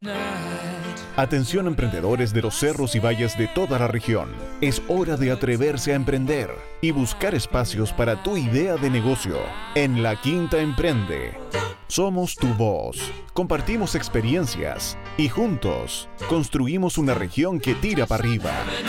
Atención emprendedores de los cerros y valles de toda la región. Es hora de atreverse a emprender y buscar espacios para tu idea de negocio. En La Quinta Emprende. Somos tu voz. Compartimos experiencias y juntos construimos una región que tira para arriba.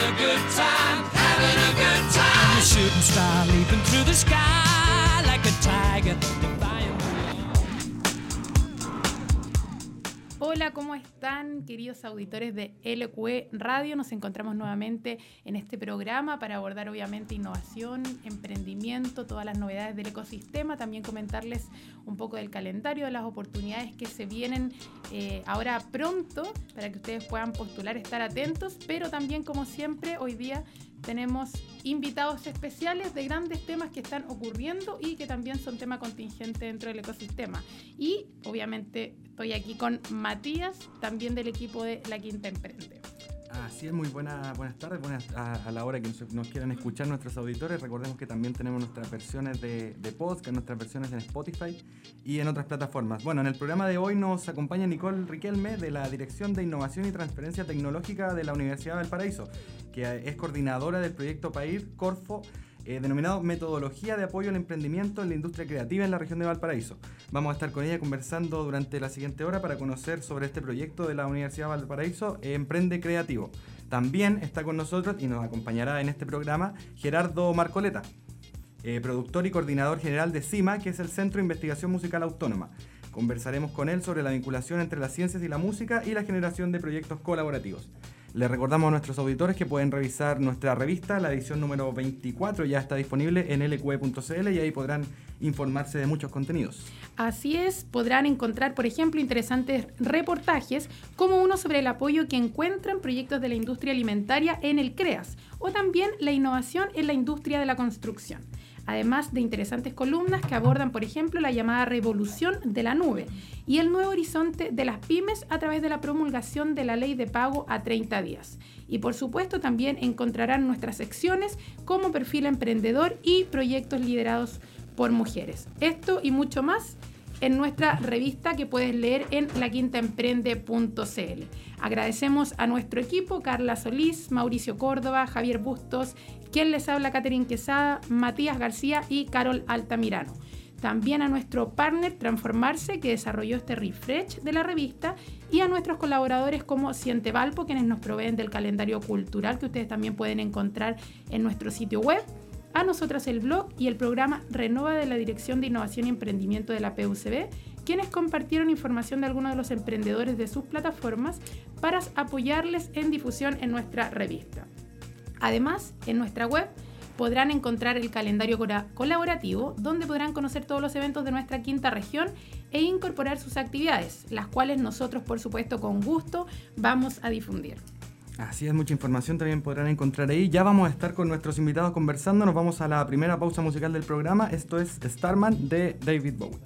Hola, ¿cómo están, queridos auditores de LQE Radio? Nos encontramos nuevamente en este programa para abordar obviamente innovación, emprendimiento, todas las novedades del ecosistema, también comentarles un poco del calendario, de las oportunidades que se vienen ahora pronto para que ustedes puedan postular, estar atentos, pero también como siempre hoy día tenemos invitados especiales de grandes temas que están ocurriendo y que también son tema contingente dentro del ecosistema. Y obviamente estoy aquí con Matías, también del equipo de La Quinta Emprende. Así es, muy buenas tardes, buenas a la hora que nos quieran escuchar nuestros auditores. Recordemos que también tenemos nuestras versiones de podcast, nuestras versiones en Spotify y en otras plataformas. Bueno, en el programa de hoy nos acompaña Nicole Riquelme de la Dirección de Innovación y Transferencia Tecnológica de la Universidad de Valparaíso, que es coordinadora del proyecto PAIR Corfo, denominado Metodología de Apoyo al Emprendimiento en la Industria Creativa en la región de Valparaíso. Vamos a estar con ella conversando durante la siguiente hora para conocer sobre este proyecto de la Universidad de Valparaíso, Emprende Creativo. También está con nosotros y nos acompañará en este programa Gerardo Marcoleta, productor y coordinador general de CIMA, que es el Centro de Investigación Musical Autónoma. Conversaremos con él sobre la vinculación entre las ciencias y la música y la generación de proyectos colaborativos. Les recordamos a nuestros auditores que pueden revisar nuestra revista, la edición número 24, ya está disponible en lqe.cl y ahí podrán informarse de muchos contenidos. Así es, podrán encontrar, por ejemplo, interesantes reportajes como uno sobre el apoyo que encuentran proyectos de la industria alimentaria en el CREAS o también la innovación en la industria de la construcción. Además de interesantes columnas que abordan, por ejemplo, la llamada revolución de la nube y el nuevo horizonte de las pymes a través de la promulgación de la ley de pago a 30 días. Y por supuesto también encontrarán nuestras secciones como perfil emprendedor y proyectos liderados por mujeres. Esto y mucho más en nuestra revista que puedes leer en laquintaemprende.cl. Agradecemos a nuestro equipo, Carla Solís, Mauricio Córdoba, Javier Bustos, quien les habla, Catherine Quesada, Matías García y Carol Altamirano. También a nuestro partner Transformarse, que desarrolló este refresh de la revista, y a nuestros colaboradores como Siente Valpo, quienes nos proveen del calendario cultural que ustedes también pueden encontrar en nuestro sitio web. A nosotras el blog y el programa Renova de la Dirección de Innovación y Emprendimiento de la PUCB, quienes compartieron información de algunos de los emprendedores de sus plataformas para apoyarles en difusión en nuestra revista. Además, en nuestra web podrán encontrar el calendario colaborativo, donde podrán conocer todos los eventos de nuestra quinta región e incorporar sus actividades, las cuales nosotros, por supuesto, con gusto vamos a difundir. Así es, mucha información también podrán encontrar ahí. Ya vamos a estar con nuestros invitados conversando. Nos vamos a la primera pausa musical del programa. Esto es Starman de David Bowie.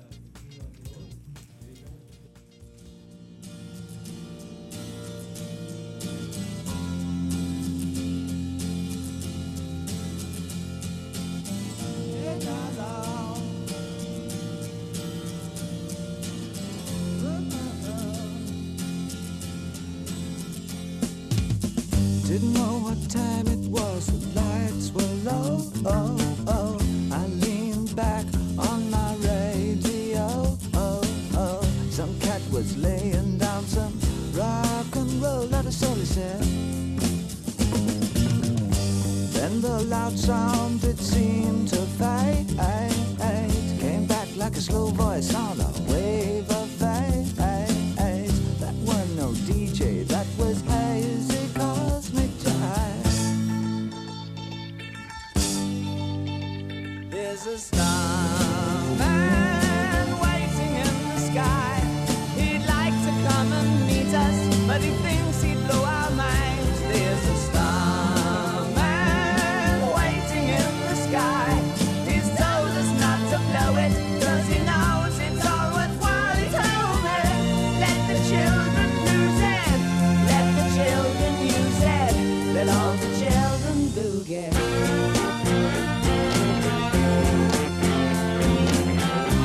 Didn't know what time it was, the lights were low. Oh, oh. I leaned back on my radio. Oh, oh. Some cat was laying down some rock and roll, that is all he said. Then the loud sound, it seemed to fade. Came back like a slow voice on a wave of fade. That wasn't no DJ, that was hazy cosmic jive. There's a starman waiting in the sky. He'd like to come and meet us, but he thinks he'd blow our minds. There's a starman waiting in the sky. He's told us not to blow it, 'cause he knows it's all worthwhile. He told me, let the children lose it, let the children use it, let all the children boogie.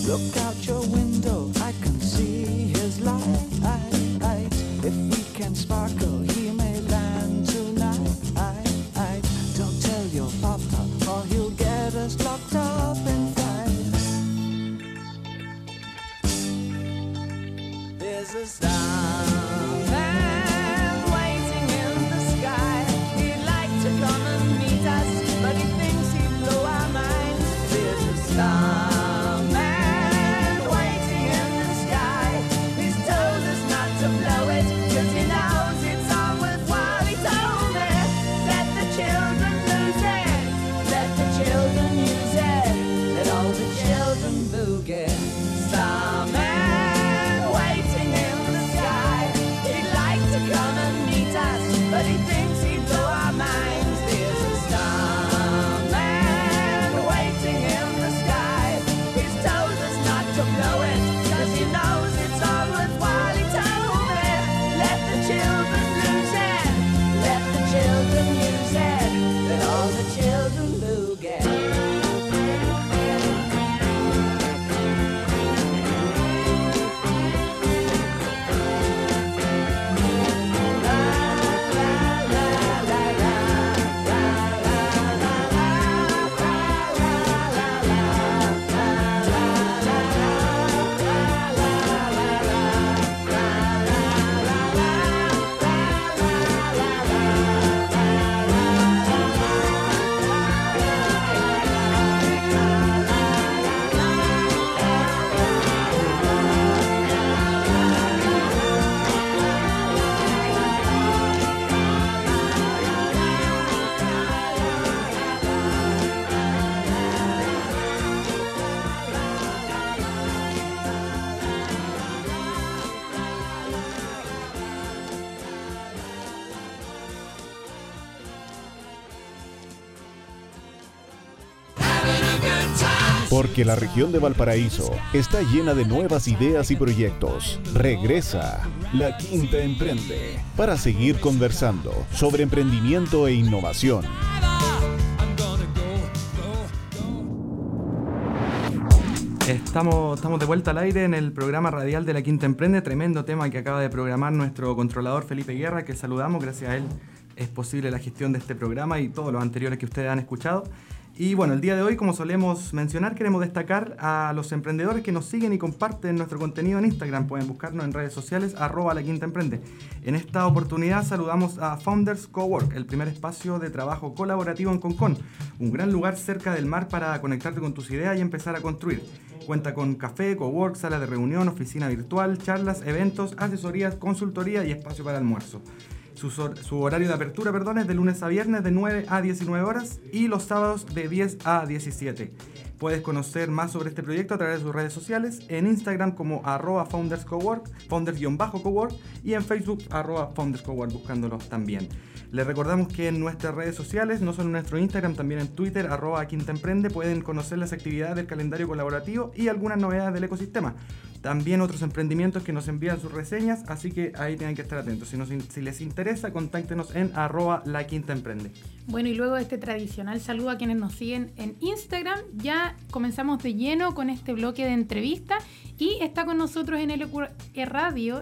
Look out your window, I can see his light. If we can sparkle, he may land tonight. Don't tell your papa, or he'll get us locked up inside. There's a starman waiting in the sky. He'd like to come and meet us, but he thinks he'd blow our minds. There's a starman waiting in the sky. He's told us not to blow it, 'cause he knows it's all worthwhile. He told me, let the children lose it, let the children use it, let all the children boogie. Starman waiting in the sky. He'd like to come and meet us, but he thinks he'd blow our minds. There's a starman waiting in the sky. He's told us not to blow it, 'cause he knows it's all worthwhile. He told me, let the children lose it, let the children use it, let all the children boogie. Porque la región de Valparaíso está llena de nuevas ideas y proyectos. Regresa La Quinta Emprende para seguir conversando sobre emprendimiento e innovación. Estamos de vuelta al aire en el programa radial de La Quinta Emprende. Tremendo tema que acaba de programar nuestro controlador Felipe Guerra, que saludamos. Gracias a él es posible la gestión de este programa y todos los anteriores que ustedes han escuchado. Y bueno, el día de hoy, como solemos mencionar, queremos destacar a los emprendedores que nos siguen y comparten nuestro contenido en Instagram. Pueden buscarnos en redes sociales, @LaQuintaEmprende. En esta oportunidad saludamos a Founders Cowork, el primer espacio de trabajo colaborativo en Concón. Un gran lugar cerca del mar para conectarte con tus ideas y empezar a construir. Cuenta con café, cowork, sala de reunión, oficina virtual, charlas, eventos, asesorías, consultoría y espacio para almuerzo. Su horario de apertura, es de lunes a viernes de 9 a 19 horas y los sábados de 10 a 17. Puedes conocer más sobre este proyecto a través de sus redes sociales, en Instagram como @FoundersCowork, Founders-Cowork, y en Facebook @FoundersCowork, buscándolos también. Les recordamos que en nuestras redes sociales, no solo en nuestro Instagram, también en Twitter, @QuintaEmprende, pueden conocer las actividades del calendario colaborativo y algunas novedades del ecosistema. También otros emprendimientos que nos envían sus reseñas, así que ahí tienen que estar atentos. Si les interesa, contáctenos en @LaQuintaEmprende. Bueno, y luego de este tradicional saludo a quienes nos siguen en Instagram, ya comenzamos de lleno con este bloque de entrevista y está con nosotros en LQE Radio,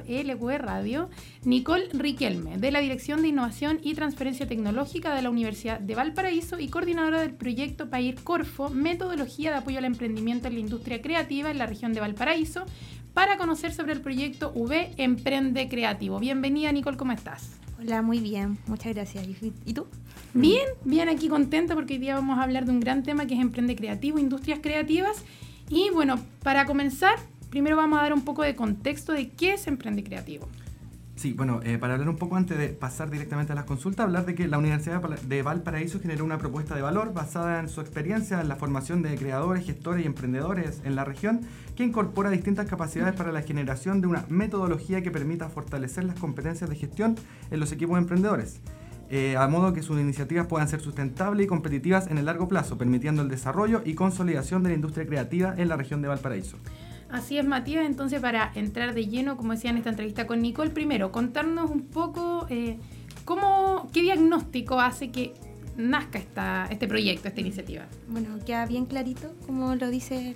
Nicole Riquelme, de la Dirección de Innovación y Transferencia Tecnológica de la Universidad de Valparaíso y coordinadora del proyecto PAIR Corfo, Metodología de Apoyo al Emprendimiento en la Industria Creativa en la región de Valparaíso, para conocer sobre el proyecto V Emprende Creativo. Bienvenida, Nicole, ¿cómo estás? Hola, muy bien, muchas gracias. ¿Y tú? Bien, aquí contenta porque hoy día vamos a hablar de un gran tema que es Emprende Creativo, industrias creativas. Y bueno, para comenzar, primero vamos a dar un poco de contexto de qué es Emprende Creativo. Sí, bueno, para hablar un poco antes de pasar directamente a las consultas, hablar de que la Universidad de Valparaíso generó una propuesta de valor basada en su experiencia en la formación de creadores, gestores y emprendedores en la región, que incorpora distintas capacidades para la generación de una metodología que permita fortalecer las competencias de gestión en los equipos emprendedores, a modo que sus iniciativas puedan ser sustentables y competitivas en el largo plazo, permitiendo el desarrollo y consolidación de la industria creativa en la región de Valparaíso. Así es, Matías. Entonces, para entrar de lleno, como decía en esta entrevista con Nicole, primero, contarnos un poco qué diagnóstico hace que nazca este proyecto, esta iniciativa. Bueno, queda bien clarito, como lo dice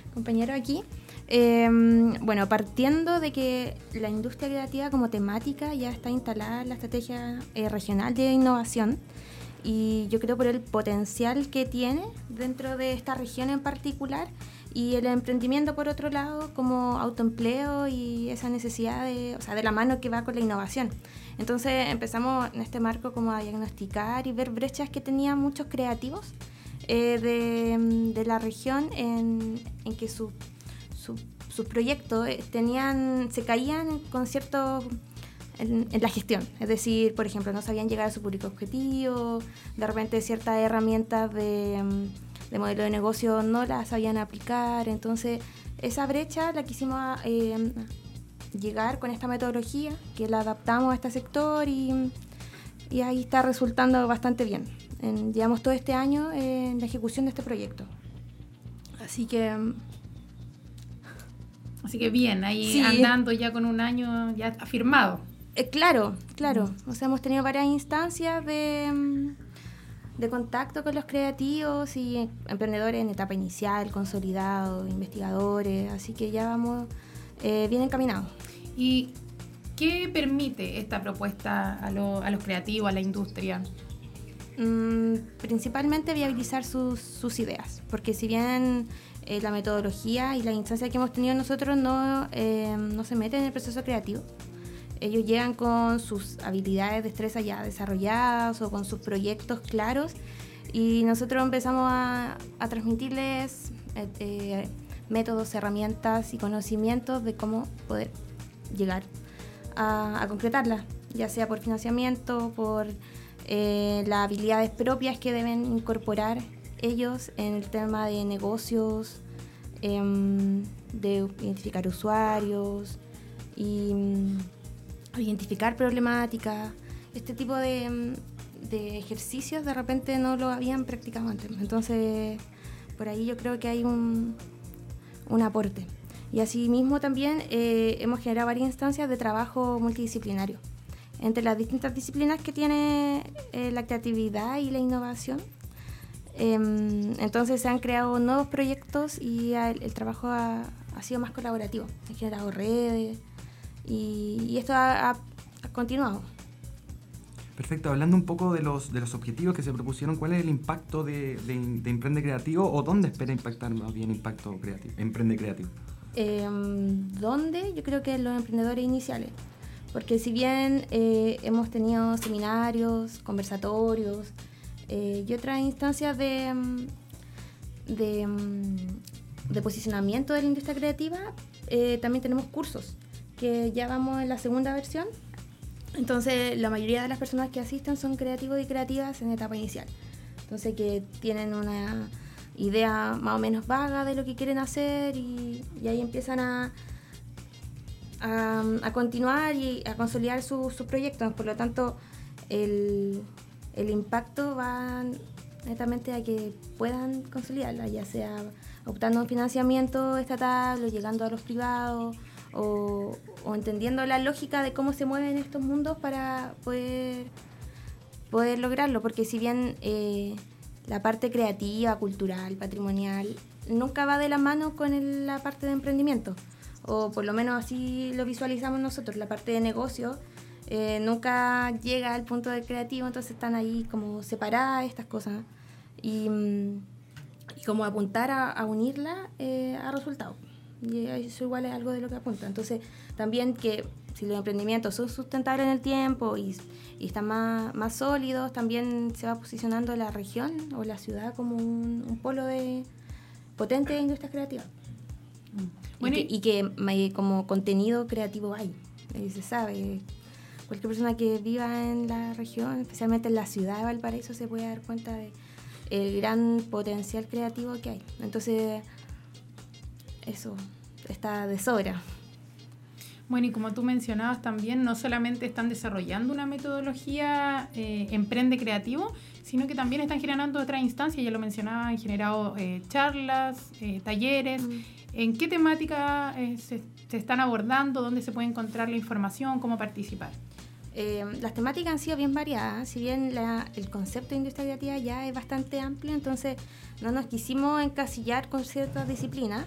compañeros aquí. Bueno, partiendo de que la industria creativa como temática ya está instalada en la estrategia regional de innovación, y yo creo por el potencial que tiene dentro de esta región en particular, y el emprendimiento por otro lado como autoempleo y esa necesidad de la mano que va con la innovación. Entonces empezamos en este marco como a diagnosticar y ver brechas que tenían muchos creativos de la región en que sus proyectos se caían con cierto en la gestión, es decir, por ejemplo, no sabían llegar a su público objetivo, de repente ciertas herramientas de modelo de negocio no las sabían aplicar. Entonces esa brecha la quisimos llegar con esta metodología que la adaptamos a este sector, y ahí está resultando bastante bien. Llevamos todo este año en la ejecución de este proyecto, así que bien, ahí sí, andando ya con un año ya afirmado. Claro. O sea, hemos tenido varias instancias de contacto con los creativos y emprendedores en etapa inicial, consolidados, investigadores, así que ya vamos bien encaminados. ¿Y qué permite esta propuesta a los creativos, a la industria? Principalmente viabilizar sus ideas, porque si bien la metodología y la instancia que hemos tenido nosotros no se meten en el proceso creativo, ellos llegan con sus habilidades, destrezas ya desarrolladas o con sus proyectos claros, y nosotros empezamos a transmitirles métodos, herramientas y conocimientos de cómo poder llegar a concretarlas, ya sea por financiamiento, por las habilidades propias que deben incorporar ellos en el tema de negocios, de identificar usuarios y identificar problemáticas. Este tipo de ejercicios de repente no lo habían practicado antes, entonces por ahí yo creo que hay un aporte. Y asimismo también hemos generado varias instancias de trabajo multidisciplinario entre las distintas disciplinas que tiene la creatividad y la innovación. Entonces se han creado nuevos proyectos y el trabajo ha sido más colaborativo. Se han generado redes y esto ha continuado. Perfecto, hablando un poco de los objetivos que se propusieron, ¿cuál es el impacto de Emprende Creativo, o dónde espera impactar más bien Emprende Creativo? ¿Dónde? Yo creo que en los emprendedores iniciales, porque si bien hemos tenido seminarios, conversatorios y otras instancias de posicionamiento de la industria creativa, también tenemos cursos, que ya vamos en la segunda versión. Entonces la mayoría de las personas que asisten son creativos y creativas en etapa inicial, entonces que tienen una idea más o menos vaga de lo que quieren hacer, y ahí empiezan a continuar y a consolidar sus proyectos. Por lo tanto, el impacto va netamente a que puedan consolidarla, ya sea optando un financiamiento estatal o llegando a los privados, o entendiendo la lógica de cómo se mueven estos mundos para poder lograrlo, porque si bien la parte creativa, cultural, patrimonial nunca va de la mano con la parte de emprendimiento, o por lo menos así lo visualizamos nosotros. La parte de negocio nunca llega al punto del creativo, entonces están ahí como separadas estas cosas, y como apuntar a unirla a resultados, y eso igual es algo de lo que apunta. Entonces también que si los emprendimientos son sustentables en el tiempo y están más sólidos, también se va posicionando la región o la ciudad como un polo potente de industria creativa. Bueno, y que como contenido creativo hay, se sabe. Cualquier persona que viva en la región, especialmente en la ciudad de Valparaíso, se puede dar cuenta del gran potencial creativo que hay. Entonces, eso está de sobra. Bueno, y como tú mencionabas también, no solamente están desarrollando una metodología Emprende Creativo, sino que también están generando otras instancias, ya lo mencionaba, han generado charlas, talleres. ¿En qué temática se están abordando? ¿Dónde se puede encontrar la información? ¿Cómo participar? Las temáticas han sido bien variadas, si bien el concepto de industria creativa ya es bastante amplio, entonces no nos quisimos encasillar con ciertas disciplinas.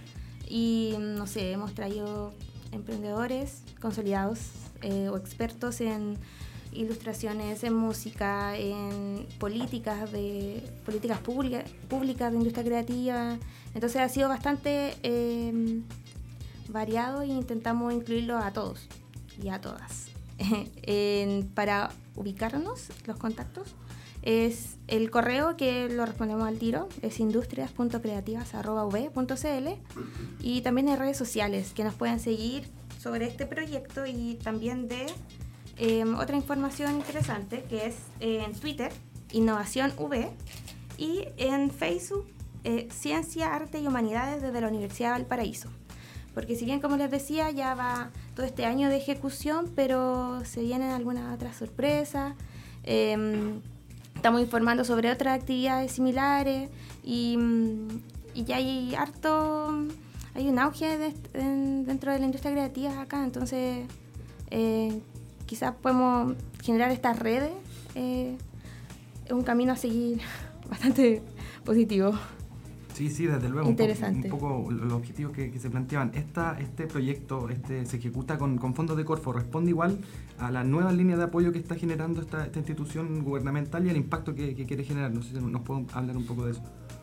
y no sé, hemos traído emprendedores consolidados o expertos en ilustraciones, en música, en políticas públicas de industria creativa. Entonces ha sido bastante variado e intentamos incluirlo a todos y a todas. Para ubicarnos, los contactos, es el correo que lo respondemos al tiro, es industrias.creativas@uv.cl, y también en redes sociales que nos pueden seguir sobre este proyecto y también de otra información interesante que es en Twitter, Innovación V, y en Facebook, Ciencia, Arte y Humanidades desde la Universidad de Valparaíso. Porque si bien, como les decía, ya va todo este año de ejecución, pero se vienen algunas otras sorpresas. Estamos informando sobre otras actividades similares y ya hay un auge dentro de la industria creativa acá, entonces quizás podemos generar estas redes. Es un camino a seguir bastante positivo. Sí, desde luego. Interesante. Un poco los objetivos que se planteaban. Este proyecto se ejecuta con fondos de Corfo. ¿Responde igual a las nuevas líneas de apoyo que está generando esta institución gubernamental y al impacto que quiere generar? No sé si nos pueden hablar un poco de eso.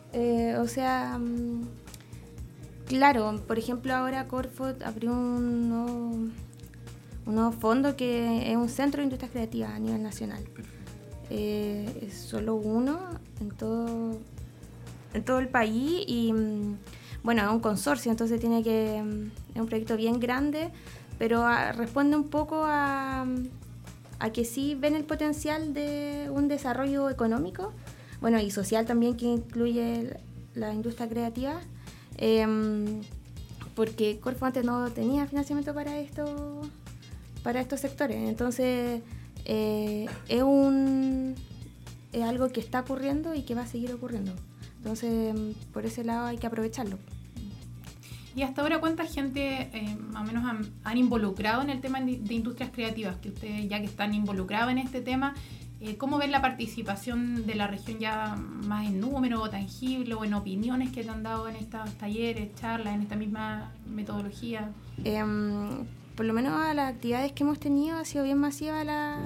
Claro, por ejemplo, ahora Corfo abrió un nuevo fondo que es un centro de industrias creativas a nivel nacional. Es solo uno en todo el país y bueno, es un consorcio, entonces es un proyecto bien grande, pero responde un poco a que sí ven el potencial de un desarrollo económico, bueno, y social también, que incluye la industria creativa, porque Corfo antes no tenía financiamiento para estos sectores, entonces es algo que está ocurriendo y que va a seguir ocurriendo. Entonces, por ese lado hay que aprovecharlo. Y hasta ahora, ¿cuánta gente más o menos han involucrado en el tema de industrias creativas? Que ustedes, ya que están involucrados en este tema, ¿cómo ven la participación de la región ya más en número o tangible o en opiniones que te han dado en estos talleres, charlas, en esta misma metodología? Por lo menos a las actividades que hemos tenido ha sido bien masiva la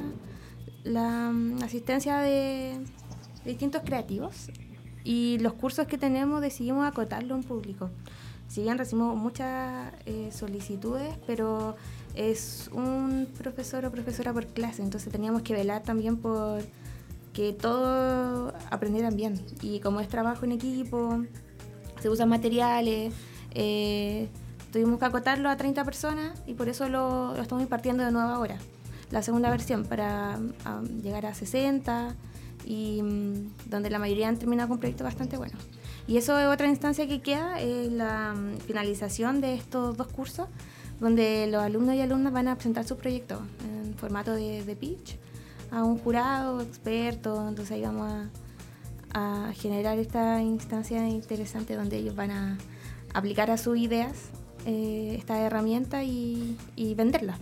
asistencia de distintos creativos. Y los cursos que tenemos decidimos acotarlo en público. Si bien recibimos muchas solicitudes, pero es un profesor o profesora por clase, entonces teníamos que velar también por que todos aprendieran bien. Y como es trabajo en equipo, se usan materiales, tuvimos que acotarlo a 30 personas y por eso lo estamos impartiendo de nuevo ahora. La segunda versión para llegar a 60 y donde la mayoría han terminado con proyectos bastante buenos. Y eso es otra instancia que queda, es la finalización de estos 2 cursos, donde los alumnos y alumnas van a presentar sus proyectos en formato de pitch a un jurado experto. Entonces ahí vamos a generar esta instancia interesante donde ellos van a aplicar a sus ideas esta herramienta y venderla.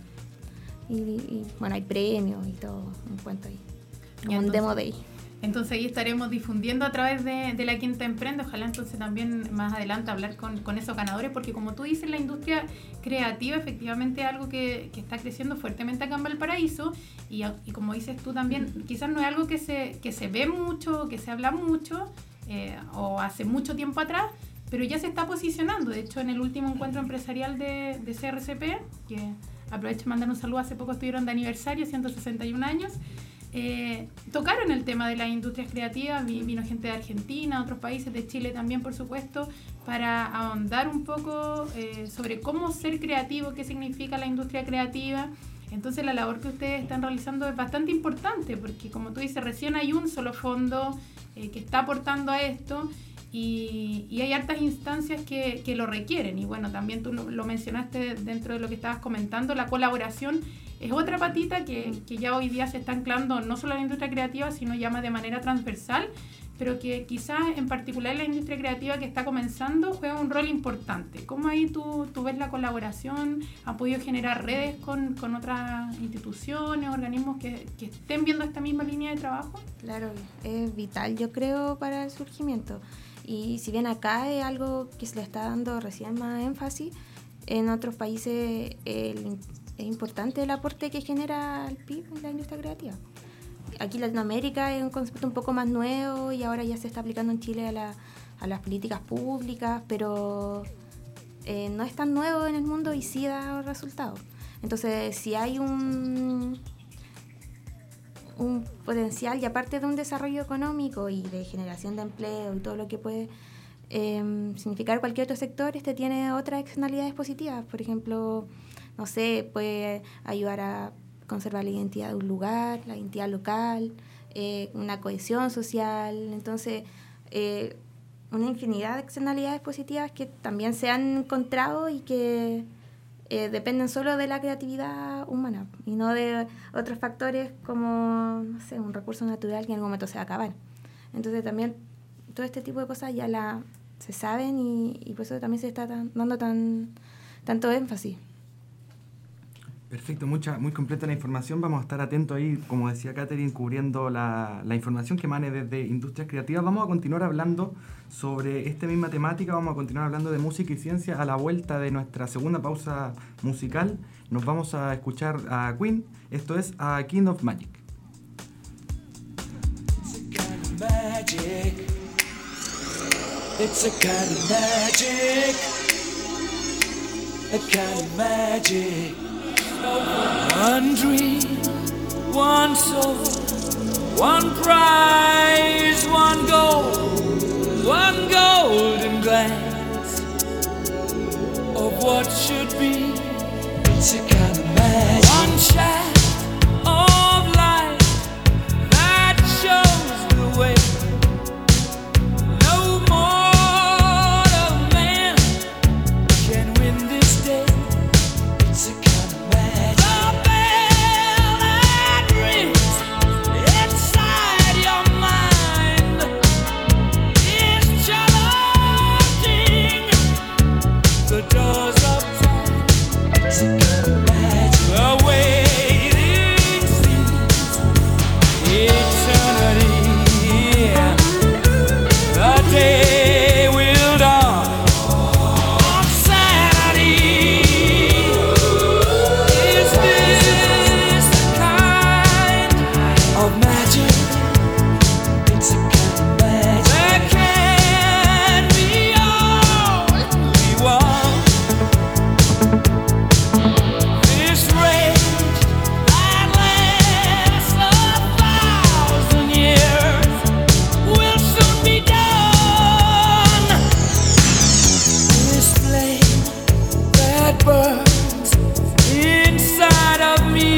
Y bueno, hay premios y todo, un cuento ahí, un demo day. Entonces ahí estaremos difundiendo a través de la Quinta Emprende. Ojalá entonces también más adelante hablar con esos ganadores, porque como tú dices, la industria creativa efectivamente es algo que está creciendo fuertemente acá en Valparaíso y como dices tú también, quizás no es algo que se ve mucho, que se habla mucho o hace mucho tiempo atrás, pero ya se está posicionando. De hecho, en el último encuentro empresarial de CRCP, que aprovecho de mandar un saludo, hace poco estuvieron de aniversario, 161 años, tocaron el tema de las industrias creativas, vino gente de Argentina, otros países, de Chile también, por supuesto, para ahondar un poco sobre cómo ser creativo, qué significa la industria creativa. Entonces la labor que ustedes están realizando es bastante importante, porque como tú dices, recién hay un solo fondo que está aportando a esto, y hay hartas instancias que lo requieren. Y bueno, también tú lo mencionaste dentro de lo que estabas comentando, la colaboración es otra patita que ya hoy día se está anclando no solo en la industria creativa, sino ya más de manera transversal, pero que quizás en particular la industria creativa que está comenzando juega un rol importante. ¿Cómo ahí tú ves la colaboración? ¿Han podido generar redes con otras instituciones, organismos que estén viendo esta misma línea de trabajo? Claro, es vital, yo creo, para el surgimiento. Y si bien acá es algo que se le está dando recién más énfasis, en otros países es importante el aporte que genera el PIB en la industria creativa. Aquí en Latinoamérica es un concepto un poco más nuevo y ahora ya se está aplicando en Chile a las políticas públicas, pero no es tan nuevo en el mundo y sí da resultados. Entonces, si hay un potencial, y aparte de un desarrollo económico y de generación de empleo y todo lo que puede significar cualquier otro sector, tiene otras externalidades positivas. Por ejemplo, no sé, puede ayudar a conservar la identidad de un lugar, la identidad local, una cohesión social. Entonces, una infinidad de externalidades positivas que también se han encontrado y que dependen solo de la creatividad humana y no de otros factores como, no sé, un recurso natural que en algún momento se va a acabar. Entonces también todo este tipo de cosas ya se saben y por eso también se está dando tanto énfasis. Perfecto, muy completa la información. Vamos a estar atentos ahí, como decía Catherine, cubriendo la información que emane desde Industrias Creativas. Vamos a continuar hablando sobre esta misma temática, vamos a continuar hablando de música y ciencia a la vuelta de nuestra segunda pausa musical. Nos vamos a escuchar a Queen, esto es A Kind of Magic. It's a kind of magic. A kind of magic. One dream, one soul, one prize, one golden glance of what should be. It's a kind of magic. One shaft of light that shows the way. No mortal man can win this day. It's a kind of magic. The bell that rings inside your mind is challenging the doors of time. It's a kind of magic. The waiting seems eternity. The day will dawn on Saturday. Is this the kind of magic? It's a kind of magic. There can be only one. This rage that lasts 1,000 years will soon be done. This flame that burns inside of me,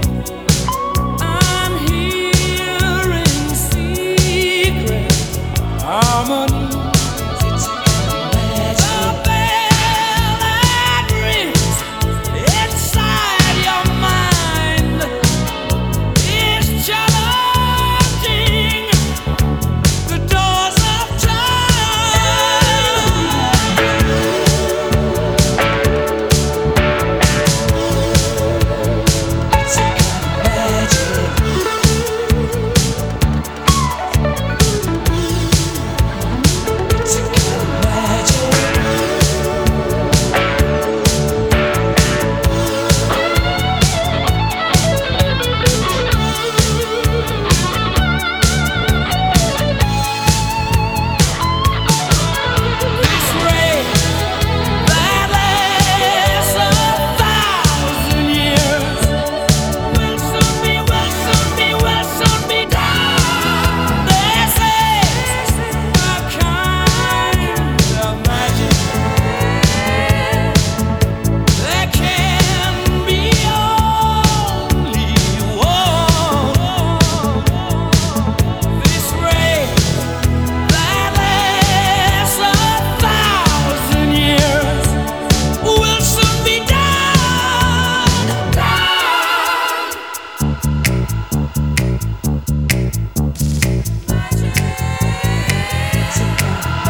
I'm hearing secret harmonies. It's a kind of magic. The bell that rings inside your mind is challenging the doors of time. It's a kind of magic. It's a kind of magic. This ray that lasts 1,000 years will soon be done. This is a kind of magic. There can be only one. This ray that lasts 1,000 years will soon be done. It's a kind of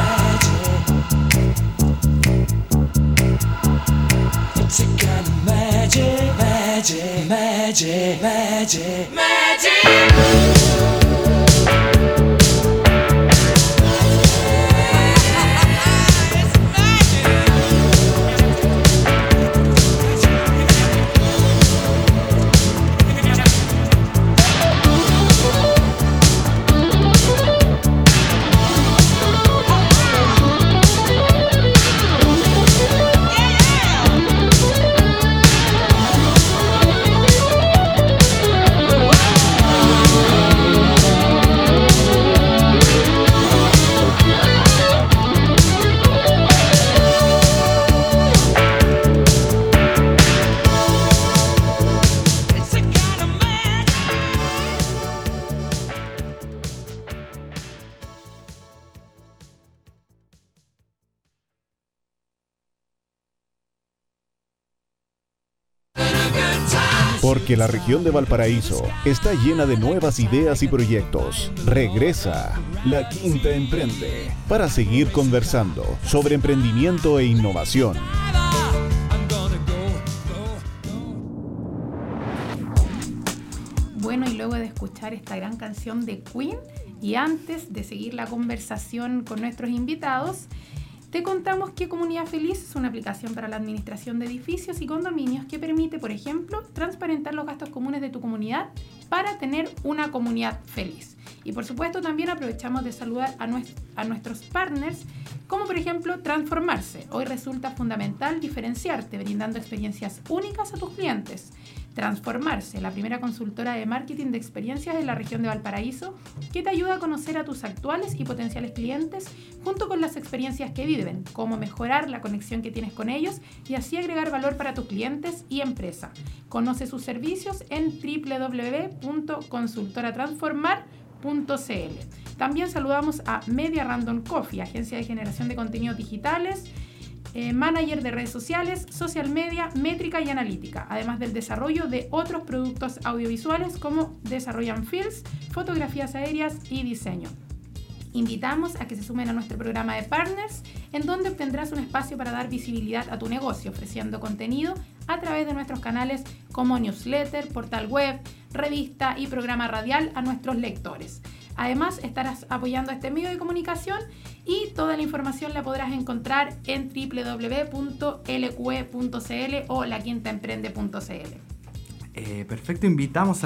magic. It's a kind of magic, magic, magic, magic, magic. Porque la región de Valparaíso está llena de nuevas ideas y proyectos. Regresa La Quinta Emprende para seguir conversando sobre emprendimiento e innovación. Bueno, y luego de escuchar esta gran canción de Queen y antes de seguir la conversación con nuestros invitados, te contamos que Comunidad Feliz es una aplicación para la administración de edificios y condominios que permite, por ejemplo, transparentar los gastos comunes de tu comunidad para tener una comunidad feliz. Y por supuesto también aprovechamos de saludar a nuestros partners, como por ejemplo Transformarse. Hoy resulta fundamental diferenciarte brindando experiencias únicas a tus clientes. Transformarse, la primera consultora de marketing de experiencias en la región de Valparaíso, que te ayuda a conocer a tus actuales y potenciales clientes junto con las experiencias que viven, cómo mejorar la conexión que tienes con ellos y así agregar valor para tus clientes y empresa. Conoce sus servicios en www.consultoratransformar.cl. También saludamos a Media Random Coffee, agencia de generación de contenidos digitales, manager de redes sociales, social media, métrica y analítica, además del desarrollo de otros productos audiovisuales como desarrollan films, fotografías aéreas y diseño. Invitamos a que se sumen a nuestro programa de partners, en donde obtendrás un espacio para dar visibilidad a tu negocio, ofreciendo contenido a través de nuestros canales como newsletter, portal web, revista y programa radial a nuestros lectores. Además, estarás apoyando a este medio de comunicación y toda la información la podrás encontrar en www.lqe.cl o laquintaemprende.cl. Perfecto, invitamos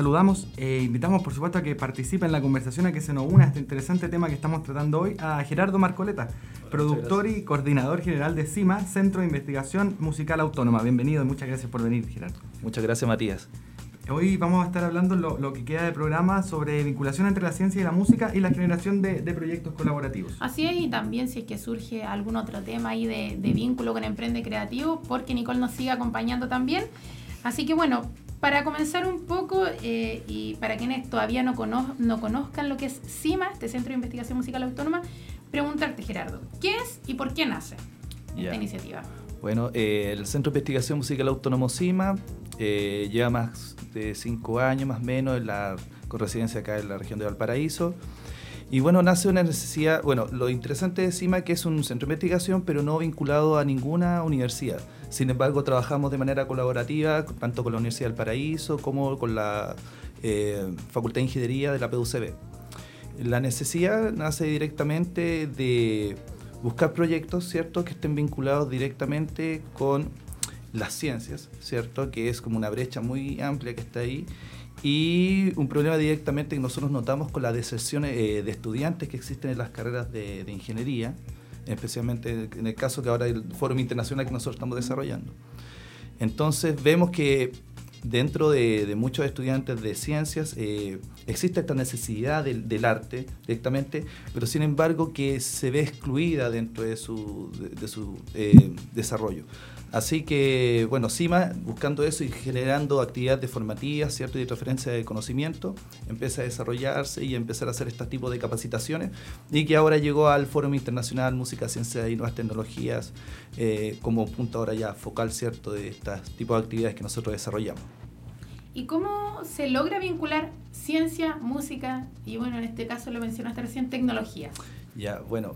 por supuesto a que participe en la conversación, a que se nos una a este interesante tema que estamos tratando hoy, a Gerardo Marcoleta, productor y coordinador general de CIMA, Centro de Investigación Musical Autónoma. Bienvenido y muchas gracias por venir, Gerardo. Muchas gracias, Matías. Hoy vamos a estar hablando lo que queda de programa sobre vinculación entre la ciencia y la música y la generación de proyectos colaborativos. Así es, y también si es que surge algún otro tema ahí de vínculo con Emprende Creativo, porque Nicole nos sigue acompañando también. Así que bueno, para comenzar un poco y para quienes todavía no conozcan lo que es CIMA, este Centro de Investigación Musical Autónoma, preguntarte, Gerardo, ¿qué es y por qué nace esta iniciativa? Bueno, el Centro de Investigación Musical Autónomo CIMA lleva más de 5 años más o menos con residencia acá en la región de Valparaíso. Y bueno, nace una necesidad, bueno, lo interesante de CIMA es que es un centro de investigación, pero no vinculado a ninguna universidad. Sin embargo, trabajamos de manera colaborativa, tanto con la Universidad del Paraíso como con la Facultad de Ingeniería de la PUCB. La necesidad nace directamente de buscar proyectos, ¿cierto?, que estén vinculados directamente con las ciencias, ¿cierto?, que es como una brecha muy amplia que está ahí, y un problema directamente que nosotros notamos con la deserción de estudiantes que existen en las carreras de ingeniería, especialmente en el caso que ahora el Fórum Internacional que nosotros estamos desarrollando. Entonces vemos que dentro de muchos estudiantes de ciencias existe esta necesidad del arte directamente, pero sin embargo que se ve excluida dentro de su desarrollo. Así que, bueno, CIMA, buscando eso y generando actividades formativas, ¿cierto?, y de transferencia de conocimiento, empieza a desarrollarse y a empezar a hacer este tipo de capacitaciones, y que ahora llegó al Fórum Internacional Música, Ciencia y Nuevas Tecnologías como punto ahora ya focal, ¿cierto?, de estos tipos de actividades que nosotros desarrollamos. ¿Y cómo se logra vincular ciencia, música y, bueno, en este caso lo mencionaste recién, tecnología? Ya, bueno,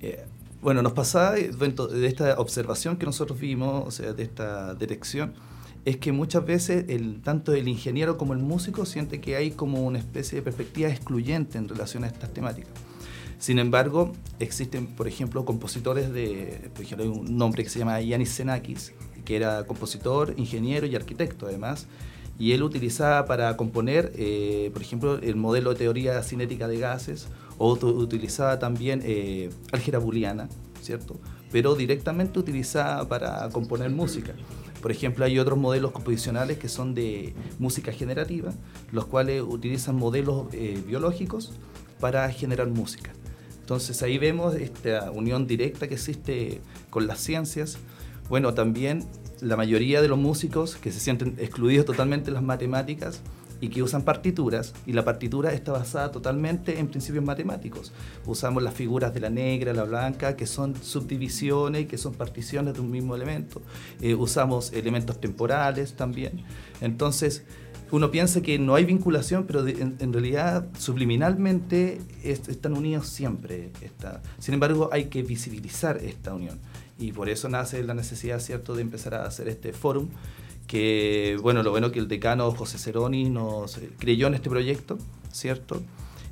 nos pasaba de esta observación que nosotros vimos, o sea, de esta detección, es que muchas veces tanto el ingeniero como el músico siente que hay como una especie de perspectiva excluyente en relación a estas temáticas. Sin embargo, existen, por ejemplo, compositores por ejemplo, hay un nombre que se llama Yanis Xenakis, que era compositor, ingeniero y arquitecto además, y él utilizaba para componer, por ejemplo, el modelo de teoría cinética de gases, o utilizaba también álgebra booleana, ¿cierto?, pero directamente utilizada para componer música. Por ejemplo, hay otros modelos composicionales que son de música generativa, los cuales utilizan modelos biológicos para generar música. Entonces ahí vemos esta unión directa que existe con las ciencias. Bueno, también la mayoría de los músicos que se sienten excluidos totalmente de las matemáticas y que usan partituras, y la partitura está basada totalmente en principios matemáticos. Usamos las figuras de la negra, la blanca, que son subdivisiones, que son particiones de un mismo elemento. Usamos elementos temporales también. Entonces, uno piensa que no hay vinculación, pero en realidad subliminalmente están unidos siempre. Sin embargo, hay que visibilizar esta unión. Y por eso nace la necesidad, ¿cierto?, de empezar a hacer este fórum, que, bueno, lo bueno que el decano José Ceroni nos creyó en este proyecto, ¿cierto?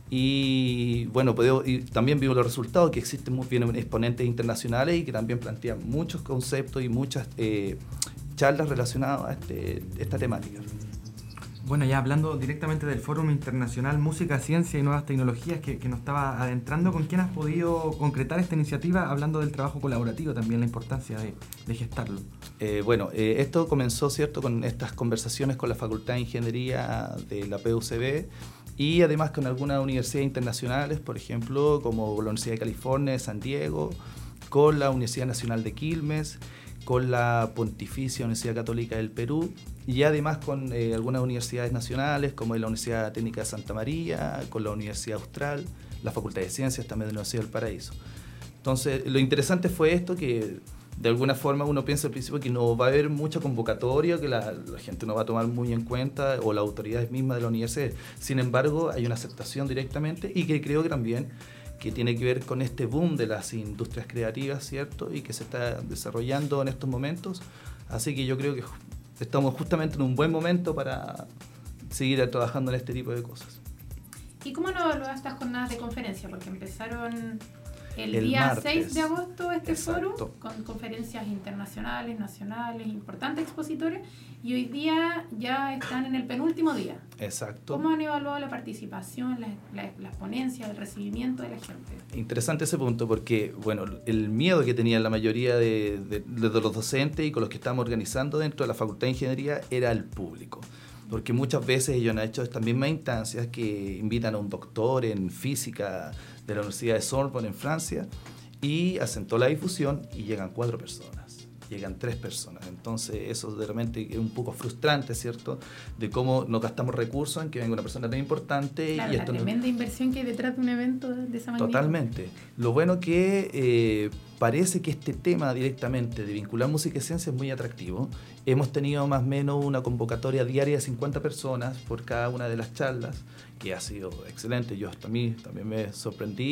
Y bueno, y también vimos los resultados, que existen muy bien exponentes internacionales y que también plantean muchos conceptos y muchas charlas relacionadas a esta temática. Bueno, ya hablando directamente del Fórum Internacional Música, Ciencia y Nuevas Tecnologías que nos estaba adentrando, ¿con quién has podido concretar esta iniciativa? Hablando del trabajo colaborativo, también la importancia de gestarlo. Esto comenzó, ¿cierto?, con estas conversaciones con la Facultad de Ingeniería de la PUCB y además con algunas universidades internacionales, por ejemplo, como la Universidad de California de San Diego, con la Universidad Nacional de Quilmes, con la Pontificia Universidad Católica del Perú y además con algunas universidades nacionales como la Universidad Técnica de Santa María, con la Universidad Austral, la Facultad de Ciencias también de la Universidad del Paraíso. Entonces, lo interesante fue esto, que de alguna forma uno piensa al principio que no va a haber mucha convocatoria, que la gente no va a tomar muy en cuenta, o las autoridades mismas de la universidad. Sin embargo, hay una aceptación directamente y que creo que también que tiene que ver con este boom de las industrias creativas, ¿cierto? Y que se está desarrollando en estos momentos. Así que yo creo que estamos justamente en un buen momento para seguir trabajando en este tipo de cosas. ¿Y cómo no evaluaste estas jornadas de conferencia? Porque empezaron el día martes. 6 de agosto este Exacto. foro, con conferencias internacionales, nacionales, importantes expositores, y hoy día ya están en el penúltimo día. Exacto. ¿Cómo han evaluado la participación, las ponencias, el recibimiento de la gente? Interesante ese punto porque, bueno, el miedo que tenían la mayoría de los docentes y con los que estamos organizando dentro de la Facultad de Ingeniería era el público. Porque muchas veces ellos han hecho estas mismas instancias que invitan a un doctor en física de la Universidad de Sorbonne en Francia y hacen toda la difusión y llegan 4 personas, llegan 3 personas. Entonces eso de repente es un poco frustrante, ¿cierto? De cómo nos gastamos recursos en que venga una persona tan importante. Claro, y la esto tremenda inversión que hay detrás de un evento de esa magnitud. Totalmente. Lo bueno que parece que este tema directamente de vincular música y ciencia es muy atractivo. Hemos tenido más o menos una convocatoria diaria de 50 personas por cada una de las charlas, que ha sido excelente. Yo también me sorprendí.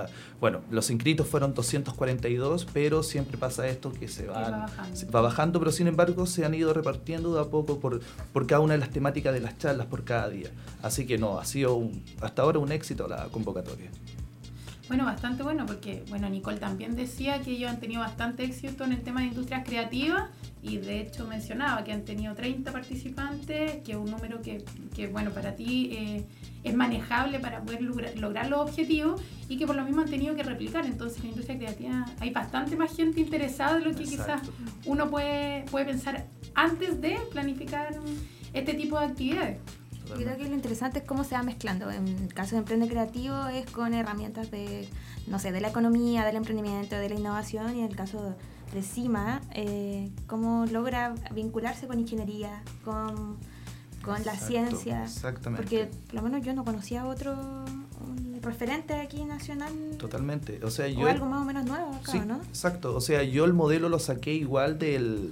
Los inscritos fueron 242, pero siempre pasa esto que va bajando, pero sin embargo se han ido repartiendo de a poco por cada una de las temáticas de las charlas por cada día. Así que no, ha sido hasta ahora un éxito la convocatoria. Bueno, bastante bueno, porque Nicole también decía que ellos han tenido bastante éxito en el tema de industrias creativas y de hecho mencionaba que han tenido 30 participantes, que es un número que para ti es manejable para poder lograr los objetivos y que por lo mismo han tenido que replicar. Entonces en la industria creativa hay bastante más gente interesada de lo que quizás uno puede pensar antes de planificar este tipo de actividades. Yo creo que lo interesante es cómo se va mezclando. En el caso de Emprende Creativo es con herramientas de la economía, del emprendimiento, de la innovación, y en el caso de CIMA, cómo logra vincularse con ingeniería, con la ciencia. Exactamente. Porque por lo menos yo no conocía un referente aquí nacional. Totalmente. O algo más o menos nuevo acá, sí, ¿no? Exacto. O sea, yo el modelo lo saqué igual del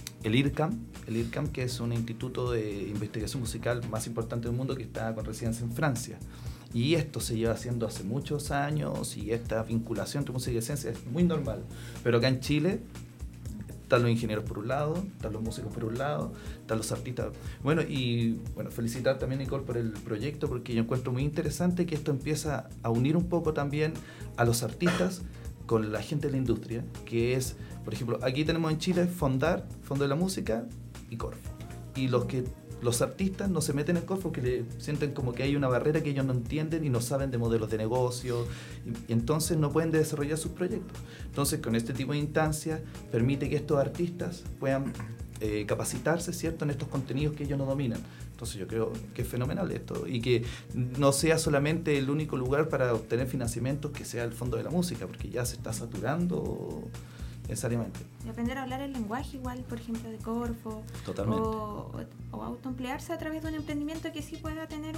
IRCAM, que es un instituto de investigación musical más importante del mundo que está con residencia en Francia. Y esto se lleva haciendo hace muchos años y esta vinculación entre música y ciencia es muy normal. Pero acá en Chile están los ingenieros por un lado, están los músicos por un lado, están los artistas. Bueno, felicitar también a Nicole por el proyecto, porque yo encuentro muy interesante que esto empieza a unir un poco también a los artistas con la gente de la industria, que es, por ejemplo, aquí tenemos en Chile FONDAR, Fondo de la Música, y Corfo. Y los artistas no se meten en Corfo porque sienten como que hay una barrera que ellos no entienden y no saben de modelos de negocio, y entonces no pueden desarrollar sus proyectos. Entonces, con este tipo de instancias, permite que estos artistas puedan capacitarse, ¿cierto?, en estos contenidos que ellos no dominan. Entonces yo creo que es fenomenal esto y que no sea solamente el único lugar para obtener financiamientos que sea el Fondo de la Música, porque ya se está saturando necesariamente. Y aprender a hablar el lenguaje igual, por ejemplo, de Corfo. Totalmente. O autoemplearse a través de un emprendimiento que sí pueda tener